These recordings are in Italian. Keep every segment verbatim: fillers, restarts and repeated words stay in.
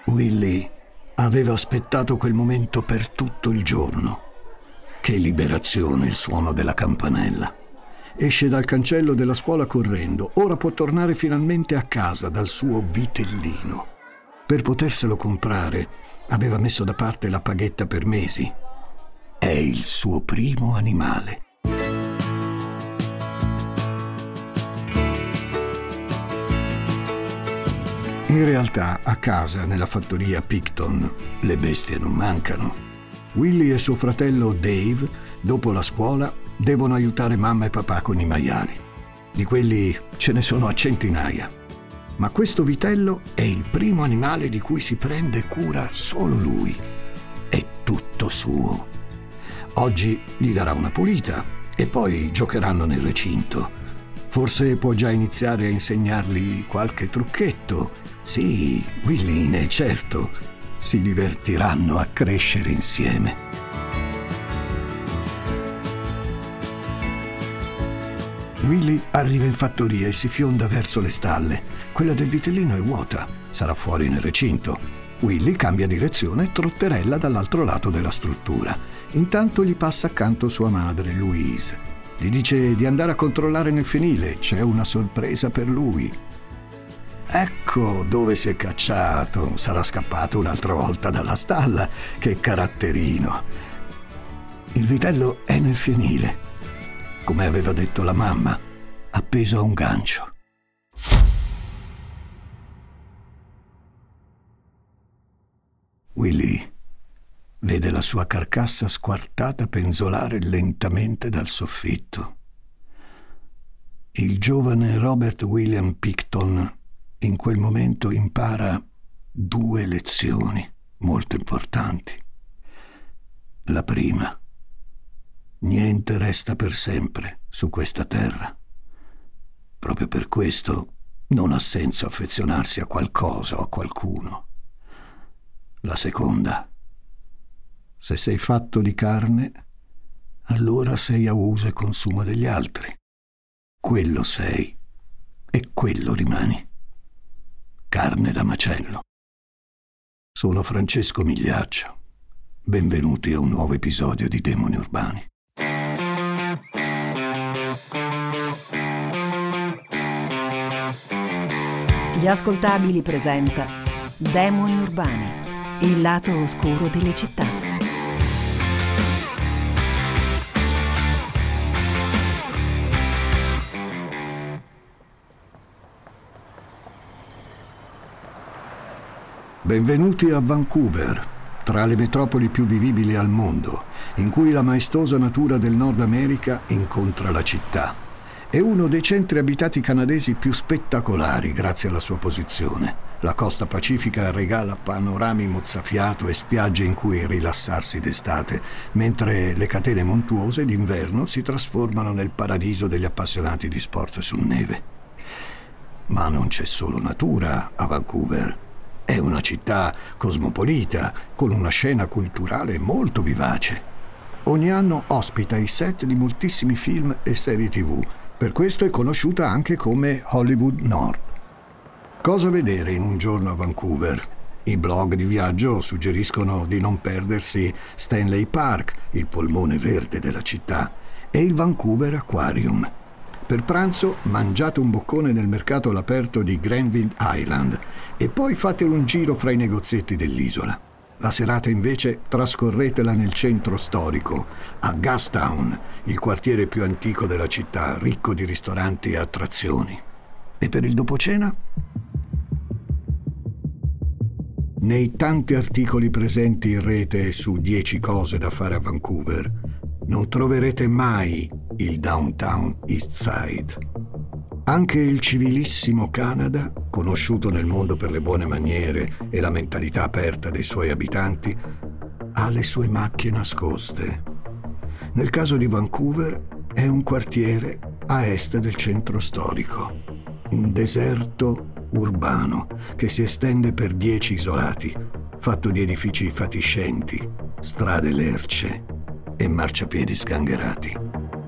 Willy aveva aspettato quel momento per tutto il giorno. Che liberazione il suono della campanella. Esce dal cancello della scuola correndo. Ora può tornare finalmente a casa dal suo vitellino. Per poterselo comprare aveva messo da parte la paghetta per mesi. È il suo primo animale. In realtà, a casa, nella fattoria Picton, le bestie non mancano. Willy e suo fratello Dave, dopo la scuola, devono aiutare mamma e papà con i maiali. Di quelli ce ne sono a centinaia. Ma questo vitello è il primo animale di cui si prende cura solo lui. È tutto suo. Oggi gli darà una pulita e poi giocheranno nel recinto. Forse può già iniziare a insegnargli qualche trucchetto. Sì, Willine, certo, si divertiranno a crescere insieme. Willy arriva in fattoria e si fionda verso le stalle. Quella del vitellino è vuota, sarà fuori nel recinto. Willy cambia direzione e trotterella dall'altro lato della struttura. Intanto gli passa accanto sua madre, Louise. Gli dice di andare a controllare nel fienile, c'è una sorpresa per lui. Ecco dove si è cacciato, sarà scappato un'altra volta dalla stalla, che caratterino. Il vitello è nel fienile, come aveva detto la mamma, appeso a un gancio. Willy vede la sua carcassa squartata penzolare lentamente dal soffitto. Il giovane Robert William Picton in quel momento impara due lezioni molto importanti. La prima: niente resta per sempre su questa terra. Proprio per questo non ha senso affezionarsi a qualcosa o a qualcuno. La seconda: se sei fatto di carne, allora sei a uso e consumo degli altri. Quello sei e quello rimani. Carne da macello. Sono Francesco Migliaccio. Benvenuti a un nuovo episodio di Demoni Urbani. Gli Ascoltabili presenta Demoni Urbani, il lato oscuro delle città. Benvenuti a Vancouver, tra le metropoli più vivibili al mondo, in cui la maestosa natura del Nord America incontra la città. È uno dei centri abitati canadesi più spettacolari grazie alla sua posizione. La costa pacifica regala panorami mozzafiato e spiagge in cui rilassarsi d'estate, mentre le catene montuose d'inverno si trasformano nel paradiso degli appassionati di sport su neve. Ma non c'è solo natura a Vancouver. È una città cosmopolita, con una scena culturale molto vivace. Ogni anno ospita i set di moltissimi film e serie tivù. Per questo è conosciuta anche come Hollywood North. Cosa vedere in un giorno a Vancouver? I blog di viaggio suggeriscono di non perdersi Stanley Park, il polmone verde della città, e il Vancouver Aquarium. Per pranzo mangiate un boccone nel mercato all'aperto di Granville Island e poi fate un giro fra i negozietti dell'isola. La serata invece trascorretela nel centro storico, a Gastown, il quartiere più antico della città, ricco di ristoranti e attrazioni. E per il dopocena? Nei tanti articoli presenti in rete su dieci cose da fare a Vancouver, non troverete mai il Downtown East Side. Anche il civilissimo Canada, conosciuto nel mondo per le buone maniere e la mentalità aperta dei suoi abitanti, ha le sue macchie nascoste. Nel caso di Vancouver è un quartiere a est del centro storico, un deserto urbano che si estende per dieci isolati, fatto di edifici fatiscenti, strade lerce e marciapiedi sgangherati.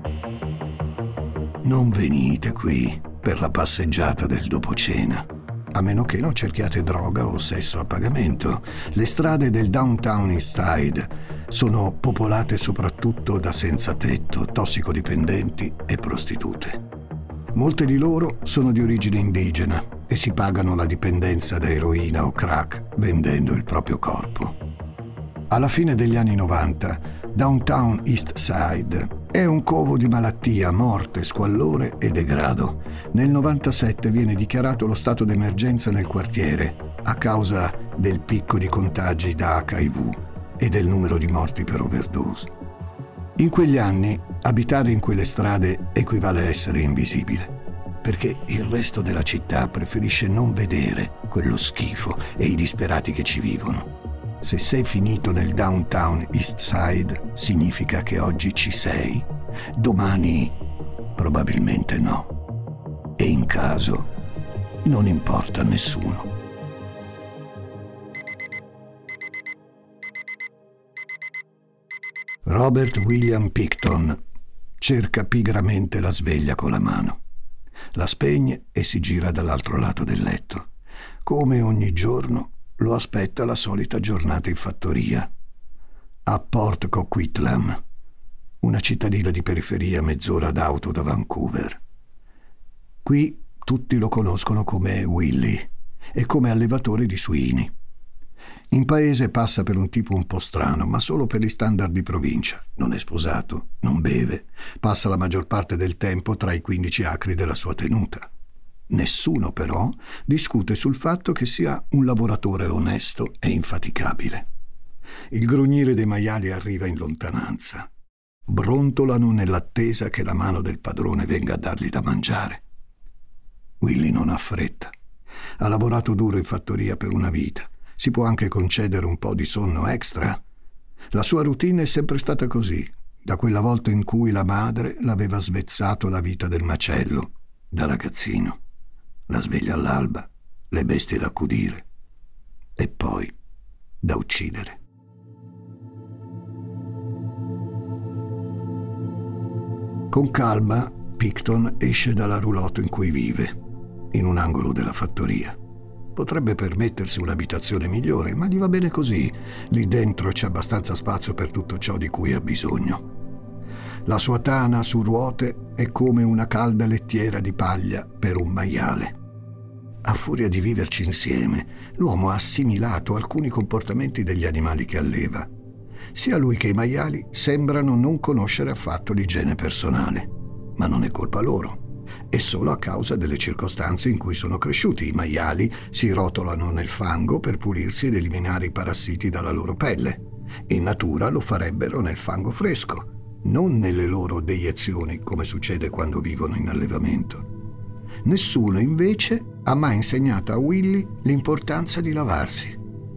Non venite qui per la passeggiata del dopocena. a meno che non cerchiate droga o sesso a pagamento. Le strade del Downtown East Side sono popolate soprattutto da senza tetto, tossicodipendenti e prostitute. Molte di loro sono di origine indigena e si pagano la dipendenza da eroina o crack vendendo il proprio corpo. Alla fine degli anni novanta, Downtown East Side è un covo di malattia, morte, squallore e degrado. Nel novantasette viene dichiarato lo stato d'emergenza nel quartiere a causa del picco di contagi da acca i vu e del numero di morti per overdose. In quegli anni, abitare in quelle strade equivale a essere invisibile, perché il resto della città preferisce non vedere quello schifo e i disperati che ci vivono. Se sei finito nel Downtown East Side, significa che oggi ci sei, domani probabilmente no. E in caso non importa a nessuno. Robert William Picton cerca pigramente la sveglia con la mano. La spegne e si gira dall'altro lato del letto. Come ogni giorno lo aspetta la solita giornata in fattoria. A Port Coquitlam, una cittadina di periferia mezz'ora d'auto da Vancouver. Qui tutti lo conoscono come Willy e come allevatore di suini. In paese passa per un tipo un po' strano, ma solo per gli standard di provincia. Non è sposato, non beve, passa la maggior parte del tempo tra i quindici acri della sua tenuta. Nessuno, però, discute sul fatto che sia un lavoratore onesto e infaticabile. Il grugnire dei maiali arriva in lontananza. Brontolano nell'attesa che la mano del padrone venga a dargli da mangiare. Willy non ha fretta. Ha lavorato duro in fattoria per una vita. Si può anche concedere un po' di sonno extra. La sua routine è sempre stata così, da quella volta in cui la madre l'aveva svezzato la vita del macello, da ragazzino. La sveglia all'alba, le bestie da accudire e poi da uccidere. Con calma, Picton esce dalla roulotte in cui vive, in un angolo della fattoria. Potrebbe permettersi un'abitazione migliore, ma gli va bene così. Lì dentro c'è abbastanza spazio per tutto ciò di cui ha bisogno. La sua tana su ruote è come una calda lettiera di paglia per un maiale. A furia di viverci insieme, l'uomo ha assimilato alcuni comportamenti degli animali che alleva. Sia lui che i maiali sembrano non conoscere affatto l'igiene personale, ma non è colpa loro. È solo a causa delle circostanze in cui sono cresciuti. I maiali si rotolano nel fango per pulirsi ed eliminare i parassiti dalla loro pelle. In natura lo farebbero nel fango fresco, non nelle loro deiezioni, come succede quando vivono in allevamento. Nessuno, invece, ha mai insegnato a Willy l'importanza di lavarsi.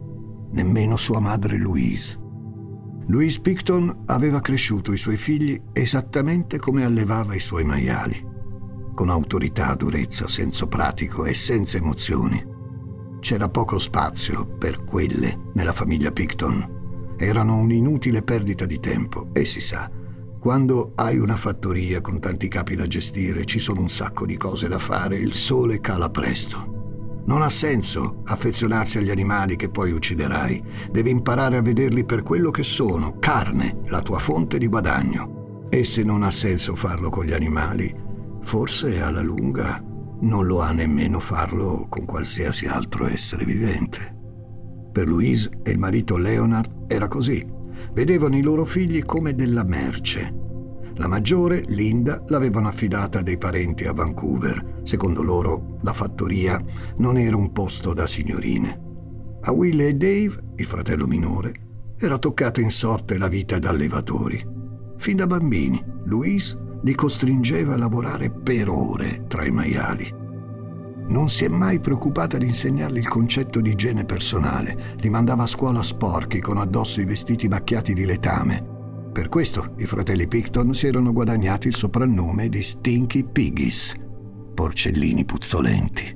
Nemmeno sua madre Louise. Louise Picton aveva cresciuto i suoi figli esattamente come allevava i suoi maiali. Con autorità, durezza, senso pratico e senza emozioni. C'era poco spazio per quelle nella famiglia Picton. Erano un'inutile perdita di tempo e si sa, quando hai una fattoria con tanti capi da gestire, ci sono un sacco di cose da fare, il sole cala presto. Non ha senso affezionarsi agli animali che poi ucciderai. Devi imparare a vederli per quello che sono, carne, la tua fonte di guadagno. E se non ha senso farlo con gli animali, forse alla lunga non lo ha nemmeno farlo con qualsiasi altro essere vivente. Per Louise e il marito Leonard era così. Vedevano i loro figli come della merce. La maggiore, Linda, l'avevano affidata a dei parenti a Vancouver. Secondo loro, la fattoria non era un posto da signorine. A Will e Dave, il fratello minore, era toccata in sorte la vita da allevatori. Fin da bambini, Louise li costringeva a lavorare per ore tra i maiali. Non si è mai preoccupata di insegnargli il concetto di igiene personale. Li mandava a scuola sporchi, con addosso i vestiti macchiati di letame. Per questo i fratelli Picton si erano guadagnati il soprannome di Stinky Piggies, porcellini puzzolenti.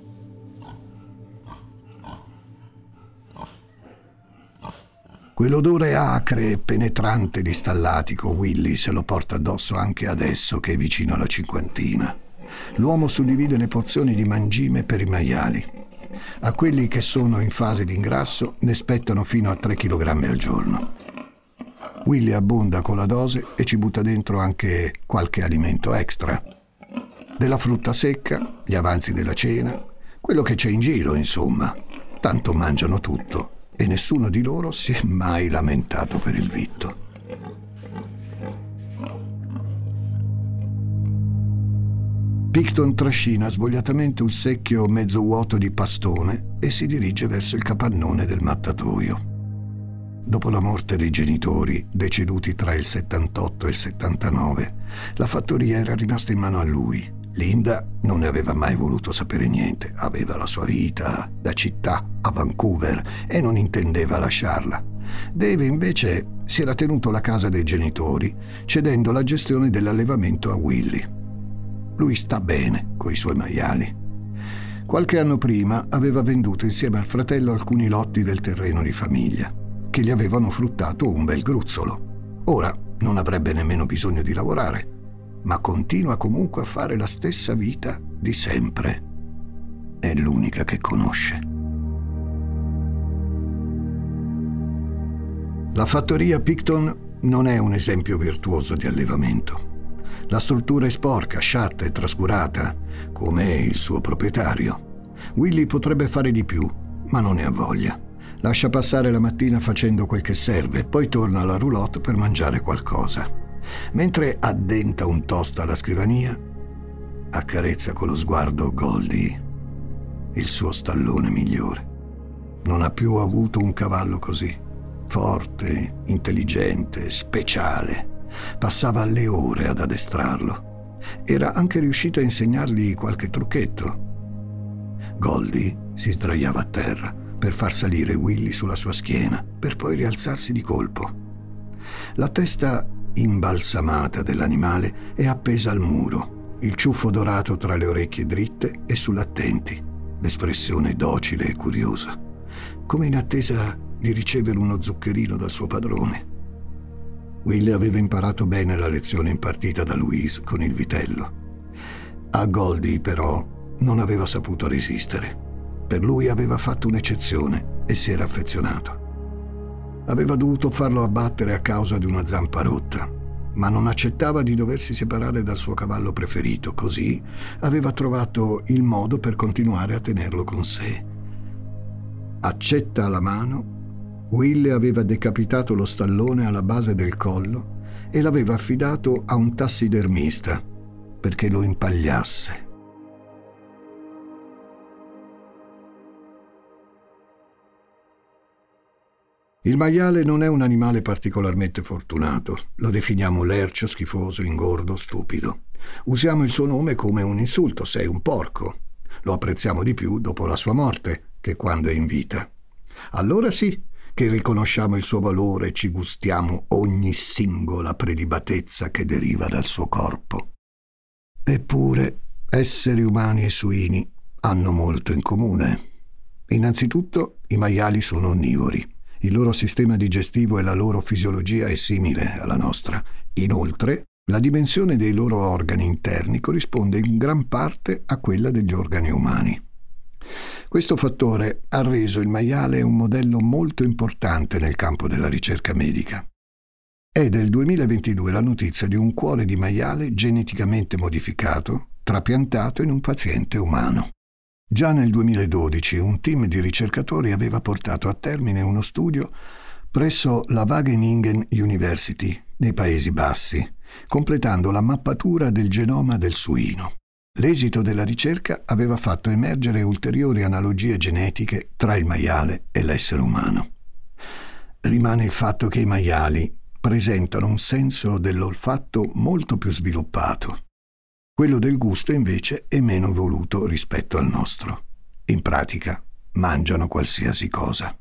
Quell'odore acre e penetrante di stallatico Willy se lo porta addosso anche adesso che è vicino alla cinquantina. L'uomo suddivide le porzioni di mangime per i maiali. A quelli che sono in fase di ingrasso ne spettano fino a tre chilogrammi al giorno. Willy abbonda con la dose e ci butta dentro anche qualche alimento extra. Della frutta secca, gli avanzi della cena, quello che c'è in giro, insomma. Tanto mangiano tutto e nessuno di loro si è mai lamentato per il vitto. Picton trascina svogliatamente un secchio mezzo vuoto di pastone e si dirige verso il capannone del mattatoio. Dopo la morte dei genitori, deceduti tra il settantotto e il settantanove, la fattoria era rimasta in mano a lui. Linda non ne aveva mai voluto sapere niente, aveva la sua vita da città a Vancouver e non intendeva lasciarla. Dave invece si era tenuto la casa dei genitori, cedendo la gestione dell'allevamento a Willy. Lui sta bene coi suoi maiali. Qualche anno prima aveva venduto insieme al fratello alcuni lotti del terreno di famiglia, che gli avevano fruttato un bel gruzzolo. Ora non avrebbe nemmeno bisogno di lavorare, ma continua comunque a fare la stessa vita di sempre. È l'unica che conosce. La fattoria Picton non è un esempio virtuoso di allevamento. La struttura è sporca, sciatta e trascurata, come il suo proprietario. Willy potrebbe fare di più, ma non ne ha voglia. Lascia passare la mattina facendo quel che serve, poi torna alla roulotte per mangiare qualcosa. Mentre addenta un toast alla scrivania, accarezza con lo sguardo Goldie, il suo stallone migliore. Non ha più avuto un cavallo così, forte, intelligente, speciale. Passava le ore ad addestrarlo. Era anche riuscito a insegnargli qualche trucchetto. Goldie si sdraiava a terra per far salire Willy sulla sua schiena, per poi rialzarsi di colpo. La testa imbalsamata dell'animale è appesa al muro, il ciuffo dorato tra le orecchie dritte e sull'attenti, l'espressione docile e curiosa, come in attesa di ricevere uno zuccherino dal suo padrone. Willy aveva imparato bene la lezione impartita da Louise con il vitello. A Goldie, però, non aveva saputo resistere. Per lui aveva fatto un'eccezione e si era affezionato. Aveva dovuto farlo abbattere a causa di una zampa rotta, ma non accettava di doversi separare dal suo cavallo preferito, così aveva trovato il modo per continuare a tenerlo con sé. Accetta alla mano, Willy aveva decapitato lo stallone alla base del collo e l'aveva affidato a un tassidermista perché lo impagliasse. Il maiale non è un animale particolarmente fortunato. Lo definiamo lercio, schifoso, ingordo, stupido. Usiamo il suo nome come un insulto: sei un porco. Lo apprezziamo di più dopo la sua morte che quando è in vita. Allora sì che riconosciamo il suo valore e ci gustiamo ogni singola prelibatezza che deriva dal suo corpo. Eppure, esseri umani e suini hanno molto in comune. Innanzitutto, i maiali sono onnivori. Il loro sistema digestivo e la loro fisiologia è simile alla nostra. Inoltre, la dimensione dei loro organi interni corrisponde in gran parte a quella degli organi umani. Questo fattore ha reso il maiale un modello molto importante nel campo della ricerca medica. È del duemilaventidue la notizia di un cuore di maiale geneticamente modificato, trapiantato in un paziente umano. Già nel duemiladodici un team di ricercatori aveva portato a termine uno studio presso la Wageningen University nei Paesi Bassi, completando la mappatura del genoma del suino. L'esito della ricerca aveva fatto emergere ulteriori analogie genetiche tra il maiale e l'essere umano. Rimane il fatto che i maiali presentano un senso dell'olfatto molto più sviluppato. Quello del gusto invece è meno evoluto rispetto al nostro. In pratica mangiano qualsiasi cosa.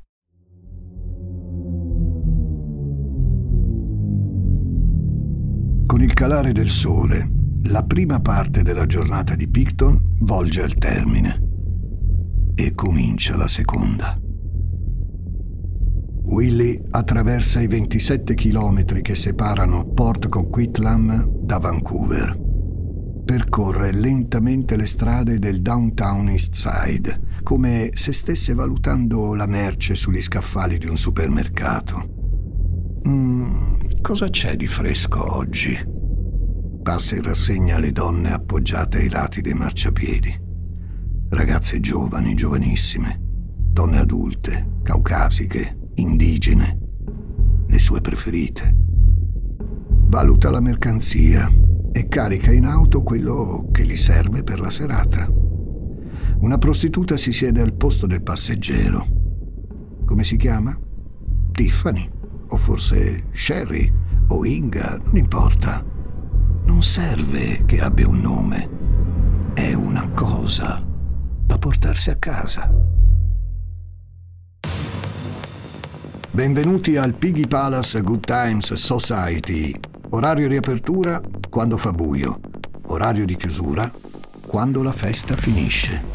Con il calare del sole, la prima parte della giornata di Picton volge al termine e comincia la seconda. Willy attraversa i ventisette chilometri che separano Port Coquitlam da Vancouver. Percorre lentamente le strade del Downtown East Side, come se stesse valutando la merce sugli scaffali di un supermercato. Mm, cosa c'è di fresco oggi? Passa in rassegna le donne appoggiate ai lati dei marciapiedi. Ragazze giovani, giovanissime, donne adulte, caucasiche, indigene, le sue preferite. Valuta la mercanzia e carica in auto quello che gli serve per la serata. Una prostituta si siede al posto del passeggero. Come si chiama? Tiffany, o forse Sherry, o Inga, non importa. Non serve che abbia un nome. È una cosa da portarsi a casa. Benvenuti al Piggy Palace Good Times Society. Orario di apertura quando fa buio. Orario di chiusura quando la festa finisce.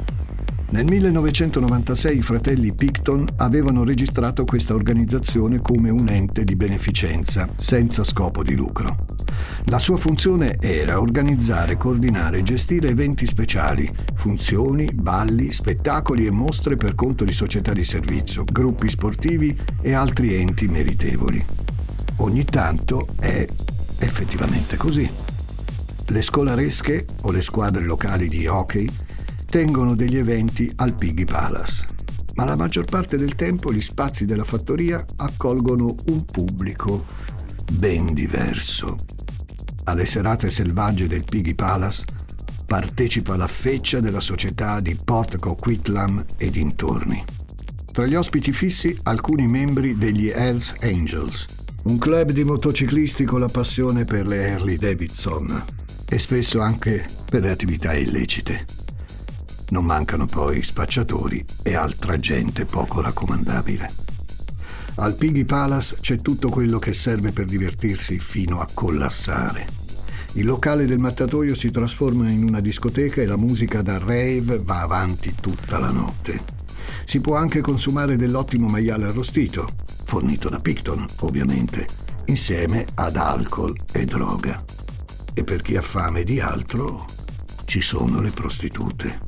Nel millenovecentonovantasei i fratelli Picton avevano registrato questa organizzazione come un ente di beneficenza senza scopo di lucro. La sua funzione era organizzare, coordinare e gestire eventi speciali, funzioni, balli, spettacoli e mostre per conto di società di servizio, gruppi sportivi e altri enti meritevoli. Ogni tanto è effettivamente così. Le scolaresche o le squadre locali di hockey tengono degli eventi al Piggy Palace, ma la maggior parte del tempo gli spazi della fattoria accolgono un pubblico ben diverso. Alle serate selvagge del Piggy Palace partecipa la feccia della società di Port Coquitlam e dintorni. Tra gli ospiti fissi alcuni membri degli Hells Angels, un club di motociclisti con la passione per le Harley Davidson e spesso anche per le attività illecite. Non mancano poi spacciatori e altra gente poco raccomandabile. Al Piggy Palace c'è tutto quello che serve per divertirsi fino a collassare. Il locale del mattatoio si trasforma in una discoteca e la musica da rave va avanti tutta la notte. Si può anche consumare dell'ottimo maiale arrostito, fornito da Picton, ovviamente, insieme ad alcol e droga. E per chi ha fame di altro, ci sono le prostitute.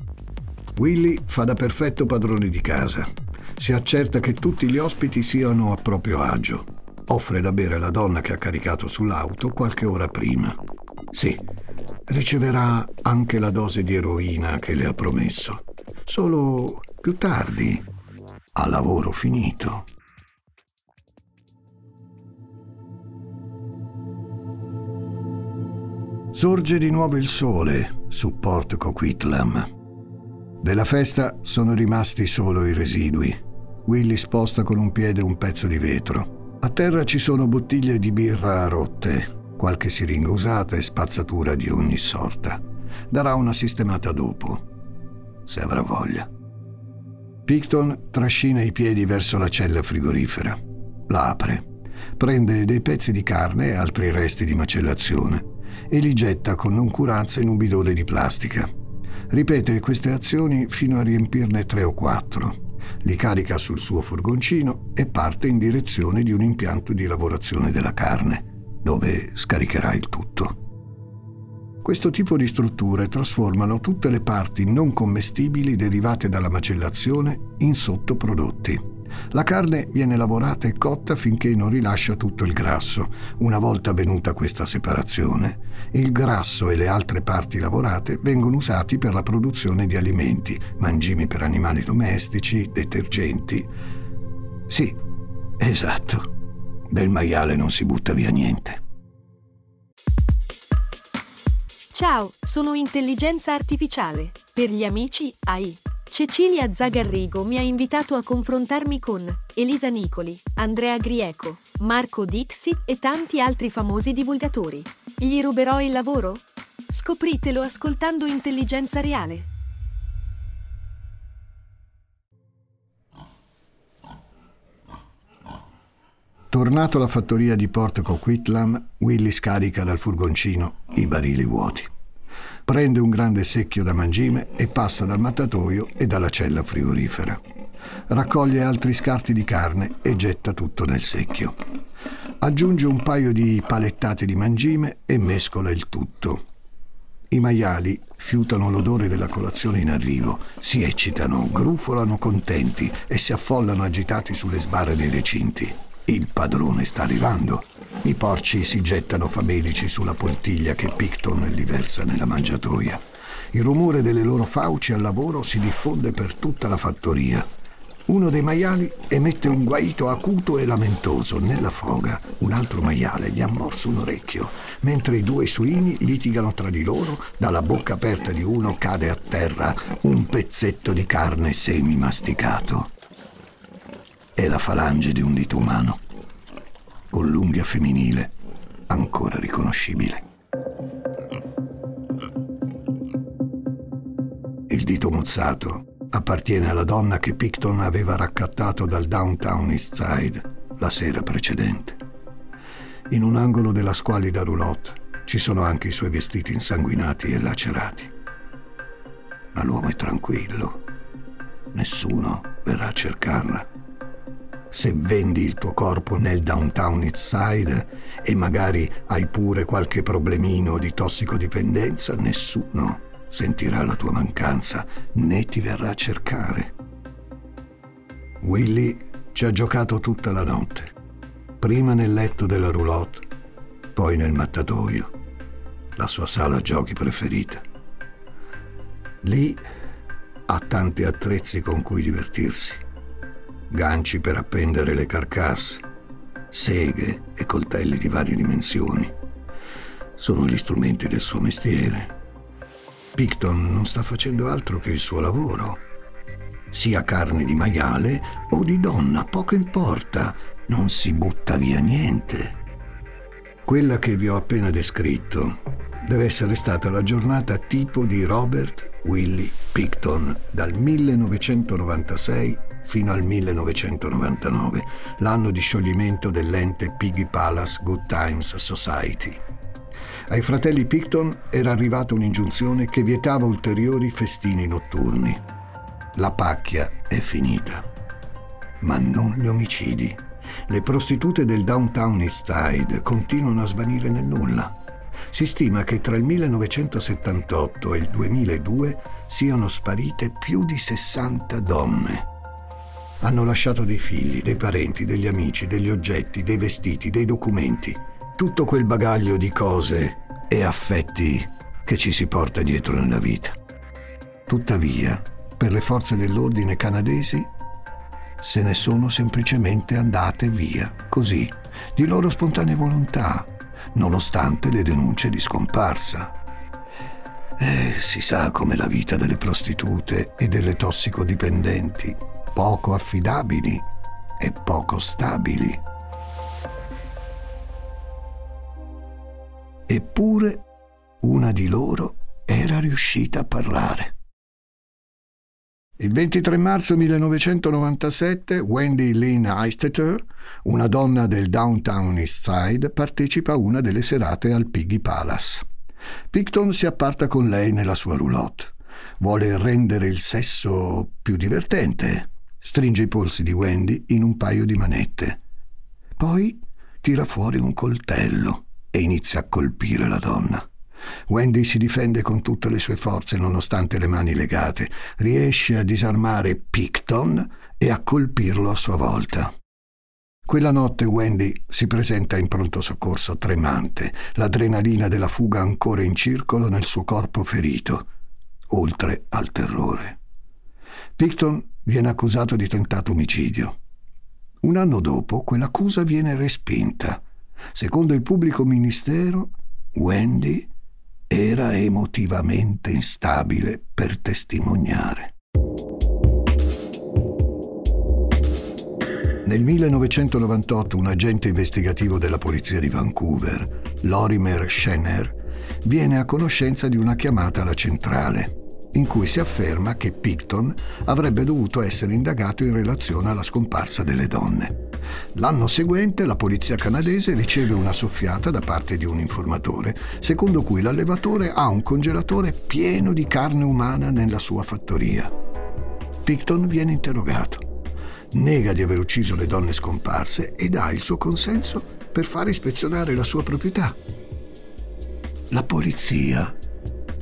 Willy fa da perfetto padrone di casa. Si accerta che tutti gli ospiti siano a proprio agio. Offre da bere alla donna che ha caricato sull'auto qualche ora prima. Sì, riceverà anche la dose di eroina che le ha promesso. Solo più tardi, a lavoro finito. Sorge di nuovo il sole su Port Coquitlam. Della festa sono rimasti solo i residui. Willy sposta con un piede un pezzo di vetro. A terra ci sono bottiglie di birra rotte, qualche siringa usata e spazzatura di ogni sorta. Darà una sistemata dopo, se avrà voglia. Picton trascina i piedi verso la cella frigorifera. La apre. Prende dei pezzi di carne e altri resti di macellazione e li getta con noncuranza in un bidone di plastica. Ripete queste azioni fino a riempirne tre o quattro. Li carica sul suo furgoncino e parte in direzione di un impianto di lavorazione della carne, dove scaricherà il tutto. Questo tipo di strutture trasformano tutte le parti non commestibili derivate dalla macellazione in sottoprodotti. La carne viene lavorata e cotta finché non rilascia tutto il grasso. Una volta avvenuta questa separazione, il grasso e le altre parti lavorate vengono usati per la produzione di alimenti, mangimi per animali domestici, detergenti. Sì, esatto. Del maiale non si butta via niente. Ciao, sono intelligenza artificiale. Per gli amici A I. Cecilia Zagarrigo mi ha invitato a confrontarmi con Elisa Nicoli, Andrea Grieco, Marco Dixit e tanti altri famosi divulgatori. Gli ruberò il lavoro? Scopritelo ascoltando Intelligenza Reale. Tornato alla fattoria di Port Coquitlam, Willy scarica dal furgoncino i barili vuoti. Prende un grande secchio da mangime e passa dal mattatoio e dalla cella frigorifera. Raccoglie altri scarti di carne e getta tutto nel secchio. Aggiunge un paio di palettate di mangime e mescola il tutto. I maiali fiutano l'odore della colazione in arrivo, si eccitano, grufolano contenti e si affollano agitati sulle sbarre dei recinti. Il padrone sta arrivando. I porci si gettano famelici sulla poltiglia che Picton li versa nella mangiatoia. Il rumore delle loro fauci al lavoro si diffonde per tutta la fattoria. Uno dei maiali emette un guaito acuto e lamentoso. Nella foga un altro maiale gli ha morso un orecchio, mentre i due suini litigano tra di loro. Dalla bocca aperta di uno cade a terra un pezzetto di carne semi-masticato. È la falange di un dito umano, con l'unghia femminile ancora riconoscibile. Il dito mozzato appartiene alla donna che Picton aveva raccattato dal Downtown East Side la sera precedente. In un angolo della squallida roulotte ci sono anche i suoi vestiti insanguinati e lacerati. Ma l'uomo è tranquillo. Nessuno verrà a cercarla. Se vendi il tuo corpo nel Downtown East Side e magari hai pure qualche problemino di tossicodipendenza, nessuno sentirà la tua mancanza, né ti verrà a cercare. Willie ci ha giocato tutta la notte, prima nel letto della roulotte, poi nel mattatoio, la sua sala giochi preferita. Lì ha tanti attrezzi con cui divertirsi, ganci per appendere le carcasse, seghe e coltelli di varie dimensioni. Sono gli strumenti del suo mestiere. Picton non sta facendo altro che il suo lavoro. Sia carne di maiale o di donna, poco importa, non si butta via niente. Quella che vi ho appena descritto deve essere stata la giornata tipo di Robert Willie Picton dal millenovecentonovantasei fino al millenovecentonovantanove, l'anno di scioglimento dell'ente Piggy Palace Good Times Society. Ai fratelli Picton era arrivata un'ingiunzione che vietava ulteriori festini notturni. La pacchia è finita. Ma non gli omicidi. Le prostitute del Downtown East Side continuano a svanire nel nulla. Si stima che tra il millenovecentosettantotto e il duemiladue siano sparite più di sessanta donne. Hanno lasciato dei figli, dei parenti, degli amici, degli oggetti, dei vestiti, dei documenti. Tutto quel bagaglio di cose e affetti che ci si porta dietro nella vita. Tuttavia, per le forze dell'ordine canadesi, se ne sono semplicemente andate via, così, di loro spontanea volontà, nonostante le denunce di scomparsa. E si sa come la vita delle prostitute e delle tossicodipendenti, poco affidabili e poco stabili. Eppure una di loro era riuscita a parlare. Il ventitré marzo millenovecentonovantasette Wendy Lynn Heistetter, una donna del Downtown East Side, partecipa a una delle serate al Piggy Palace. Picton si apparta con lei nella sua roulotte. Vuole rendere il sesso più divertente. Stringe i polsi di Wendy in un paio di manette. Poi tira fuori un coltello e inizia a colpire la donna. Wendy si difende con tutte le sue forze nonostante le mani legate. Riesce a disarmare Picton e a colpirlo a sua volta. Quella notte Wendy si presenta in pronto soccorso tremante, l'adrenalina della fuga ancora in circolo nel suo corpo ferito, oltre al terrore. Picton viene accusato di tentato omicidio. Un anno dopo quell'accusa viene respinta. Secondo il pubblico ministero, Wendy era emotivamente instabile per testimoniare. Nel millenovecentonovantotto un agente investigativo della polizia di Vancouver, Lorimer Schenner, viene a conoscenza di una chiamata alla centrale, in cui si afferma che Picton avrebbe dovuto essere indagato in relazione alla scomparsa delle donne. L'anno seguente la polizia canadese riceve una soffiata da parte di un informatore, secondo cui l'allevatore ha un congelatore pieno di carne umana nella sua fattoria. Picton viene interrogato. Nega di aver ucciso le donne scomparse e dà il suo consenso per far ispezionare la sua proprietà. La polizia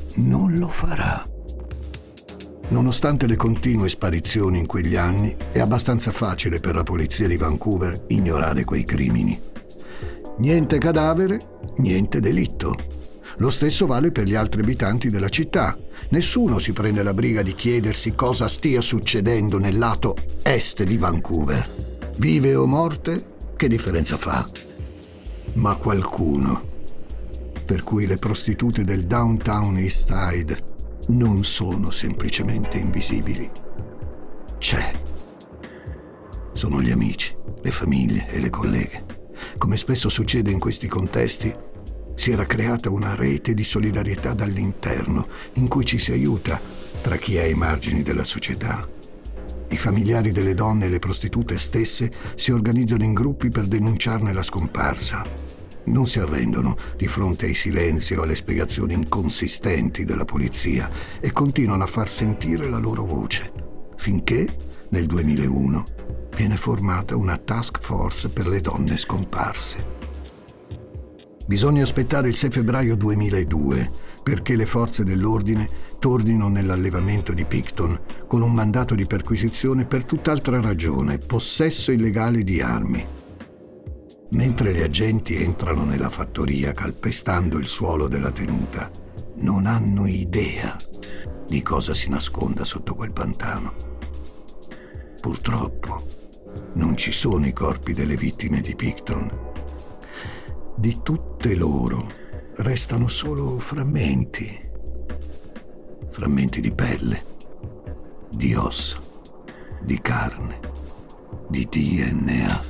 non lo farà. Nonostante le continue sparizioni in quegli anni, è abbastanza facile per la polizia di Vancouver ignorare quei crimini. Niente cadavere, niente delitto. Lo stesso vale per gli altri abitanti della città. Nessuno si prende la briga di chiedersi cosa stia succedendo nel lato est di Vancouver. Vive o morte, che differenza fa? Ma qualcuno, per cui le prostitute del Downtown East Side non sono semplicemente invisibili. C'è. Sono gli amici, le famiglie e le colleghe. Come spesso succede in questi contesti, si era creata una rete di solidarietà dall'interno in cui ci si aiuta tra chi è ai margini della società. I familiari delle donne e le prostitute stesse si organizzano in gruppi per denunciarne la scomparsa. Non si arrendono di fronte ai silenzi o alle spiegazioni inconsistenti della polizia e continuano a far sentire la loro voce, finché nel duemilauno viene formata una task force per le donne scomparse. Bisogna aspettare il sei febbraio duemiladue perché le forze dell'ordine tornino nell'allevamento di Picton con un mandato di perquisizione per tutt'altra ragione: possesso illegale di armi. Mentre gli agenti entrano nella fattoria calpestando il suolo della tenuta, non hanno idea di cosa si nasconda sotto quel pantano. Purtroppo non ci sono i corpi delle vittime di Picton. Di tutte loro restano solo frammenti. Frammenti di pelle, di ossa, di carne, di D N A.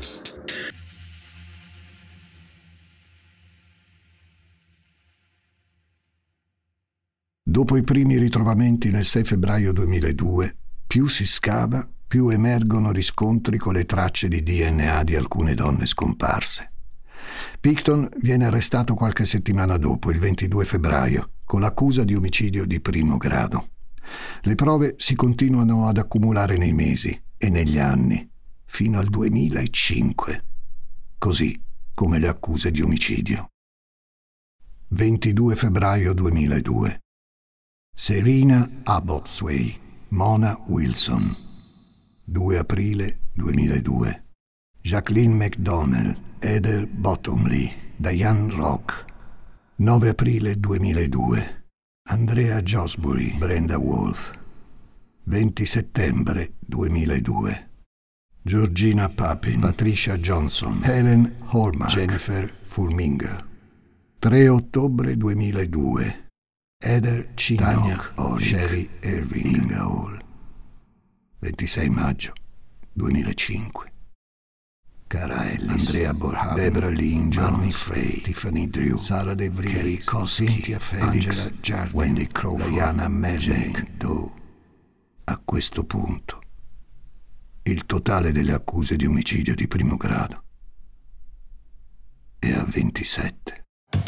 Dopo i primi ritrovamenti nel sei febbraio duemiladue, più si scava, più emergono riscontri con le tracce di D N A di alcune donne scomparse. Picton viene arrestato qualche settimana dopo, il ventidue febbraio, con l'accusa di omicidio di primo grado. Le prove si continuano ad accumulare nei mesi e negli anni, fino al duemilacinque, così come le accuse di omicidio. ventidue febbraio duemiladue. Serena Abbotsway, Mona Wilson. due aprile duemiladue. Jacqueline McDonnell, Heather Bottomley, Diane Rock. nove aprile duemiladue. Andrea Josbury, Brenda Wolf. venti settembre duemiladue. Georgina Papin, Patricia Johnson, Helen Hallmark, Jennifer Fulminger. tre ottobre duemiladue. Heather Chinook, Sherry Irving, Inga Hall. ventisei maggio duemilacinque. Cara Ellis, Andrea Borhaven, Debra Lynn, Johnny Frey, Tiffany Drew, Sara De Vries, Kelly Kosky, Cynthia Felix, Angela Jardine, Wendy Crawford, Diana Madden, Doe. A questo punto, il totale delle accuse di omicidio di primo grado è a ventisette.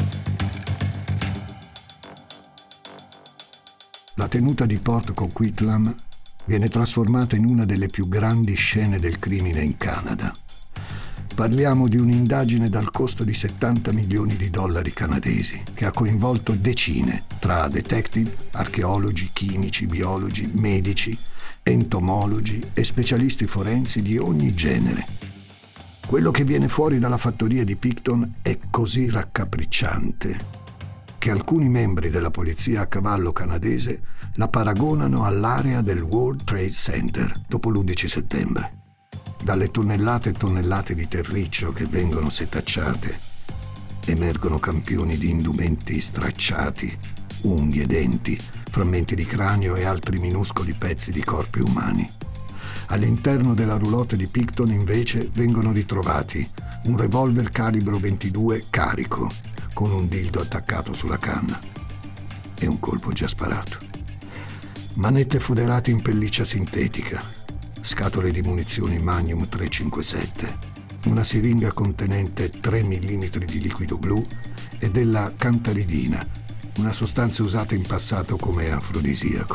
La tenuta di Port Coquitlam viene trasformata in una delle più grandi scene del crimine in Canada. Parliamo di un'indagine dal costo di settanta milioni di dollari canadesi che ha coinvolto decine tra detective, archeologi, chimici, biologi, medici, entomologi e specialisti forensi di ogni genere. Quello che viene fuori dalla fattoria di Picton è così raccapricciante che alcuni membri della polizia a cavallo canadese la paragonano all'area del World Trade Center dopo l'undici settembre. Dalle tonnellate e tonnellate di terriccio che vengono setacciate emergono campioni di indumenti stracciati, unghie, denti, frammenti di cranio e altri minuscoli pezzi di corpi umani. All'interno della roulotte di Picton invece vengono ritrovati un revolver calibro ventidue carico con un dildo attaccato sulla canna e un colpo già sparato. Manette foderate in pelliccia sintetica, scatole di munizioni Magnum trecentocinquantasette, una siringa contenente tre millimetri di liquido blu e della cantaridina, una sostanza usata in passato come afrodisiaco.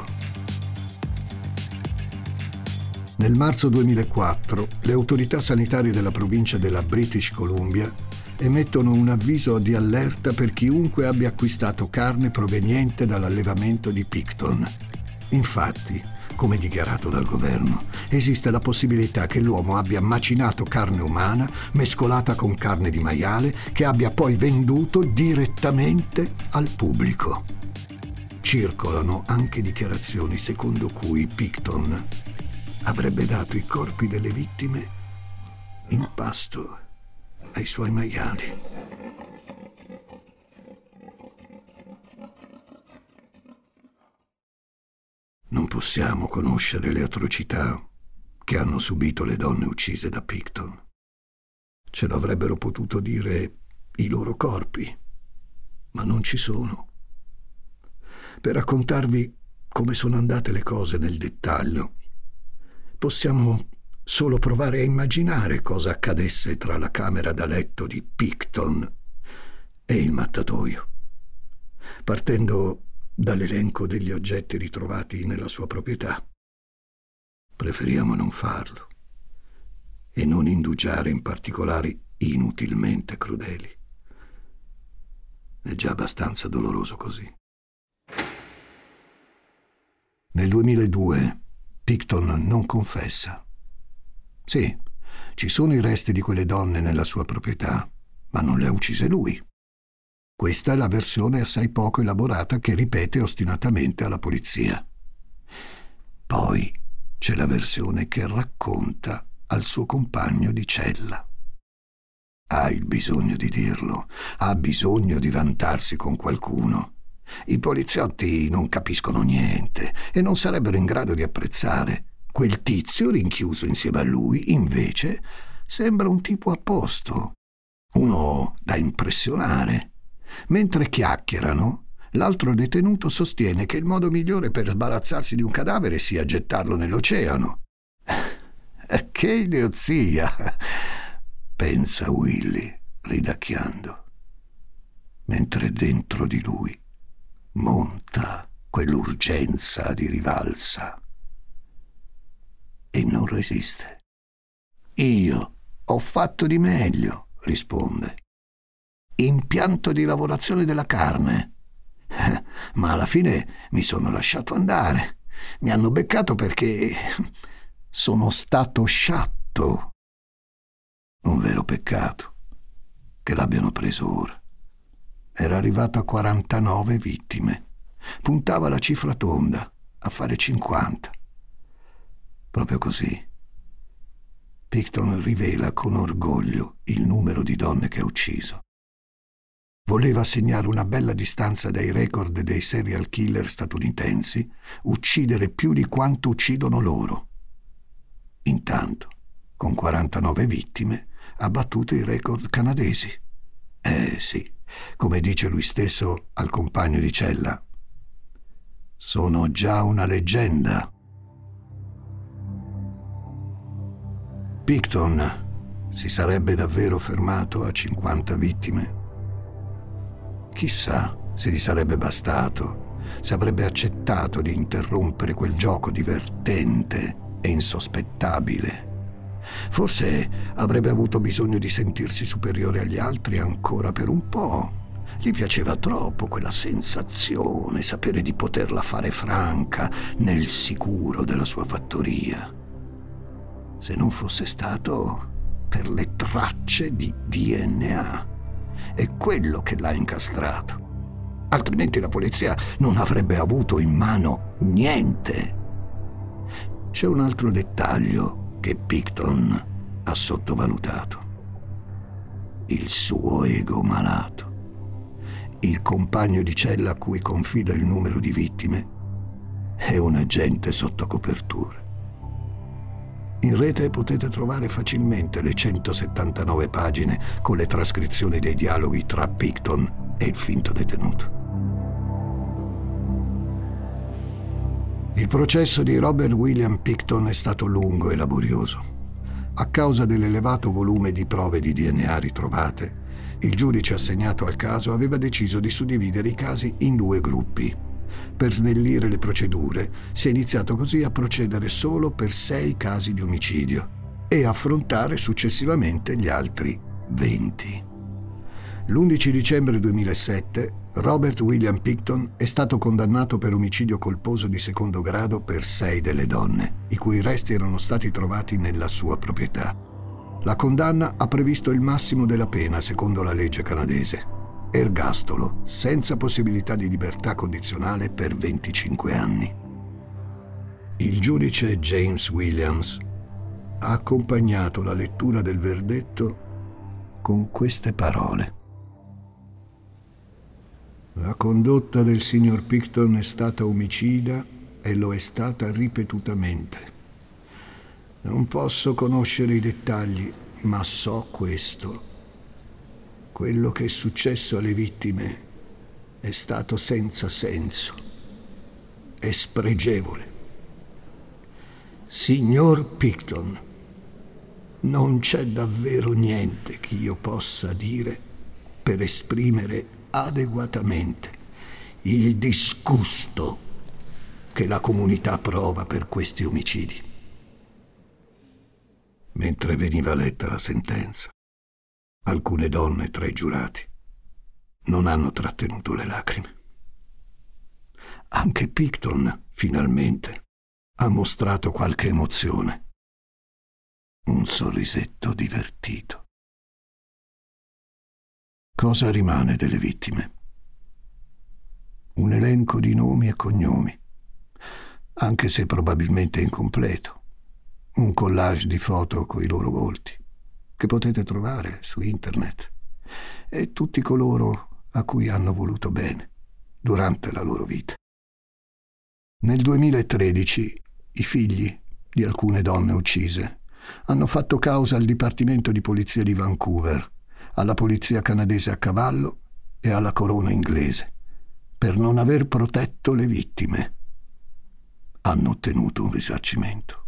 Nel marzo duemilaquattro le autorità sanitarie della provincia della British Columbia emettono un avviso di allerta per chiunque abbia acquistato carne proveniente dall'allevamento di Picton. Infatti, come dichiarato dal governo, esiste la possibilità che l'uomo abbia macinato carne umana mescolata con carne di maiale che abbia poi venduto direttamente al pubblico. Circolano anche dichiarazioni secondo cui Picton avrebbe dato i corpi delle vittime in pasto ai suoi maiali. Non possiamo conoscere le atrocità che hanno subito le donne uccise da Picton. Ce lo avrebbero potuto dire i loro corpi, ma non ci sono. Per raccontarvi come sono andate le cose nel dettaglio, possiamo solo provare a immaginare cosa accadesse tra la camera da letto di Picton e il mattatoio, partendo dall'elenco degli oggetti ritrovati nella sua proprietà. Preferiamo non farlo e non indugiare in particolari inutilmente crudeli. È già abbastanza doloroso così. Nel duemiladue Picton non confessa. Sì, ci sono i resti di quelle donne nella sua proprietà, ma non le ha uccise lui. Questa è la versione assai poco elaborata che ripete ostinatamente alla polizia. Poi c'è la versione che racconta al suo compagno di cella. Ha il bisogno di dirlo, ha bisogno di vantarsi con qualcuno. I poliziotti non capiscono niente e non sarebbero in grado di apprezzare. Quel tizio rinchiuso insieme a lui, invece, sembra un tipo a posto, uno da impressionare. Mentre chiacchierano, l'altro detenuto sostiene che il modo migliore per sbarazzarsi di un cadavere sia gettarlo nell'oceano. Che idiozia! Pensa Willy, ridacchiando, mentre dentro di lui monta quell'urgenza di rivalsa e non resiste. Io ho fatto di meglio, risponde. Impianto di lavorazione della carne. Eh, ma alla fine mi sono lasciato andare. Mi hanno beccato perché sono stato sciatto. Un vero peccato che l'abbiano preso ora. Era arrivato a quarantanove vittime. Puntava la cifra tonda, a fare cinquanta. Proprio così. Picton rivela con orgoglio il numero di donne che ha ucciso. Voleva segnare una bella distanza dai record dei serial killer statunitensi, uccidere più di quanto uccidono loro. Intanto, con quarantanove vittime, ha battuto i record canadesi. Eh sì, come dice lui stesso al compagno di cella, sono già una leggenda. Picton si sarebbe davvero fermato a cinquanta vittime? Chissà se gli sarebbe bastato, se avrebbe accettato di interrompere quel gioco divertente e insospettabile. Forse avrebbe avuto bisogno di sentirsi superiore agli altri ancora per un po'. Gli piaceva troppo quella sensazione, sapere di poterla fare franca nel sicuro della sua fattoria. Se non fosse stato per le tracce di D N A. È quello che l'ha incastrato. Altrimenti la polizia non avrebbe avuto in mano niente. C'è un altro dettaglio che Picton ha sottovalutato. Il suo ego malato. Il compagno di cella a cui confida il numero di vittime è un agente sotto copertura. In rete potete trovare facilmente le centosettantanove pagine con le trascrizioni dei dialoghi tra Picton e il finto detenuto. Il processo di Robert William Picton è stato lungo e laborioso. A causa dell'elevato volume di prove di D N A ritrovate, il giudice assegnato al caso aveva deciso di suddividere i casi in due gruppi. Per snellire le procedure, si è iniziato così a procedere solo per sei casi di omicidio e affrontare successivamente gli altri venti. L'undici dicembre duemilasette Robert William Pickton è stato condannato per omicidio colposo di secondo grado per sei delle donne, i cui resti erano stati trovati nella sua proprietà. La condanna ha previsto il massimo della pena secondo la legge canadese: ergastolo, senza possibilità di libertà condizionale per venticinque anni. Il giudice James Williams ha accompagnato la lettura del verdetto con queste parole. La condotta del signor Pickton è stata omicida e lo è stata ripetutamente. Non posso conoscere i dettagli, ma so questo. Quello che è successo alle vittime è stato senza senso e spregevole. Signor Pickton, non c'è davvero niente che io possa dire per esprimere adeguatamente il disgusto che la comunità prova per questi omicidi. Mentre veniva letta la sentenza, alcune donne tra i giurati non hanno trattenuto le lacrime. Anche Pickton, finalmente, ha mostrato qualche emozione. Un sorrisetto divertito. Cosa rimane delle vittime? Un elenco di nomi e cognomi, anche se probabilmente incompleto. Un collage di foto coi loro volti, che potete trovare su internet, e tutti coloro a cui hanno voluto bene durante la loro vita. Nel duemilatredici i figli di alcune donne uccise hanno fatto causa al Dipartimento di Polizia di Vancouver, alla Polizia canadese a cavallo e alla corona inglese per non aver protetto le vittime. Hanno ottenuto un risarcimento.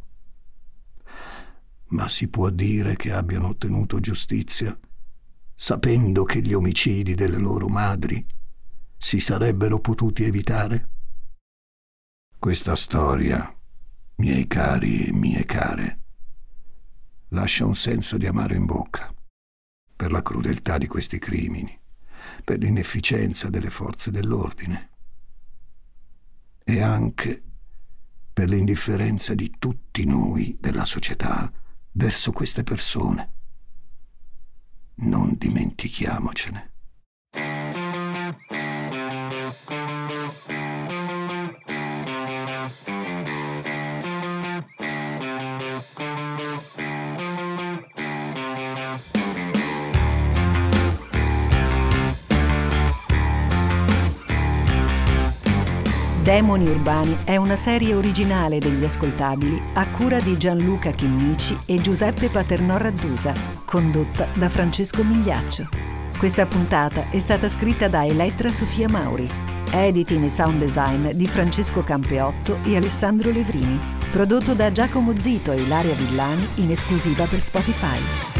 Ma si può dire che abbiano ottenuto giustizia sapendo che gli omicidi delle loro madri si sarebbero potuti evitare? Questa storia, miei cari e mie care, lascia un senso di amaro in bocca per la crudeltà di questi crimini, per l'inefficienza delle forze dell'ordine e anche per l'indifferenza di tutti noi della società verso queste persone. Non dimentichiamocene. Demoni Urbani è una serie originale degli Ascoltabili a cura di Gianluca Chinnici e Giuseppe Paternò Raddusa, condotta da Francesco Migliaccio. Questa puntata è stata scritta da Elettra Sofia Mauri, editing e sound design di Francesco Campeotto e Alessandro Levrini, prodotto da Giacomo Zito e Ilaria Villani in esclusiva per Spotify.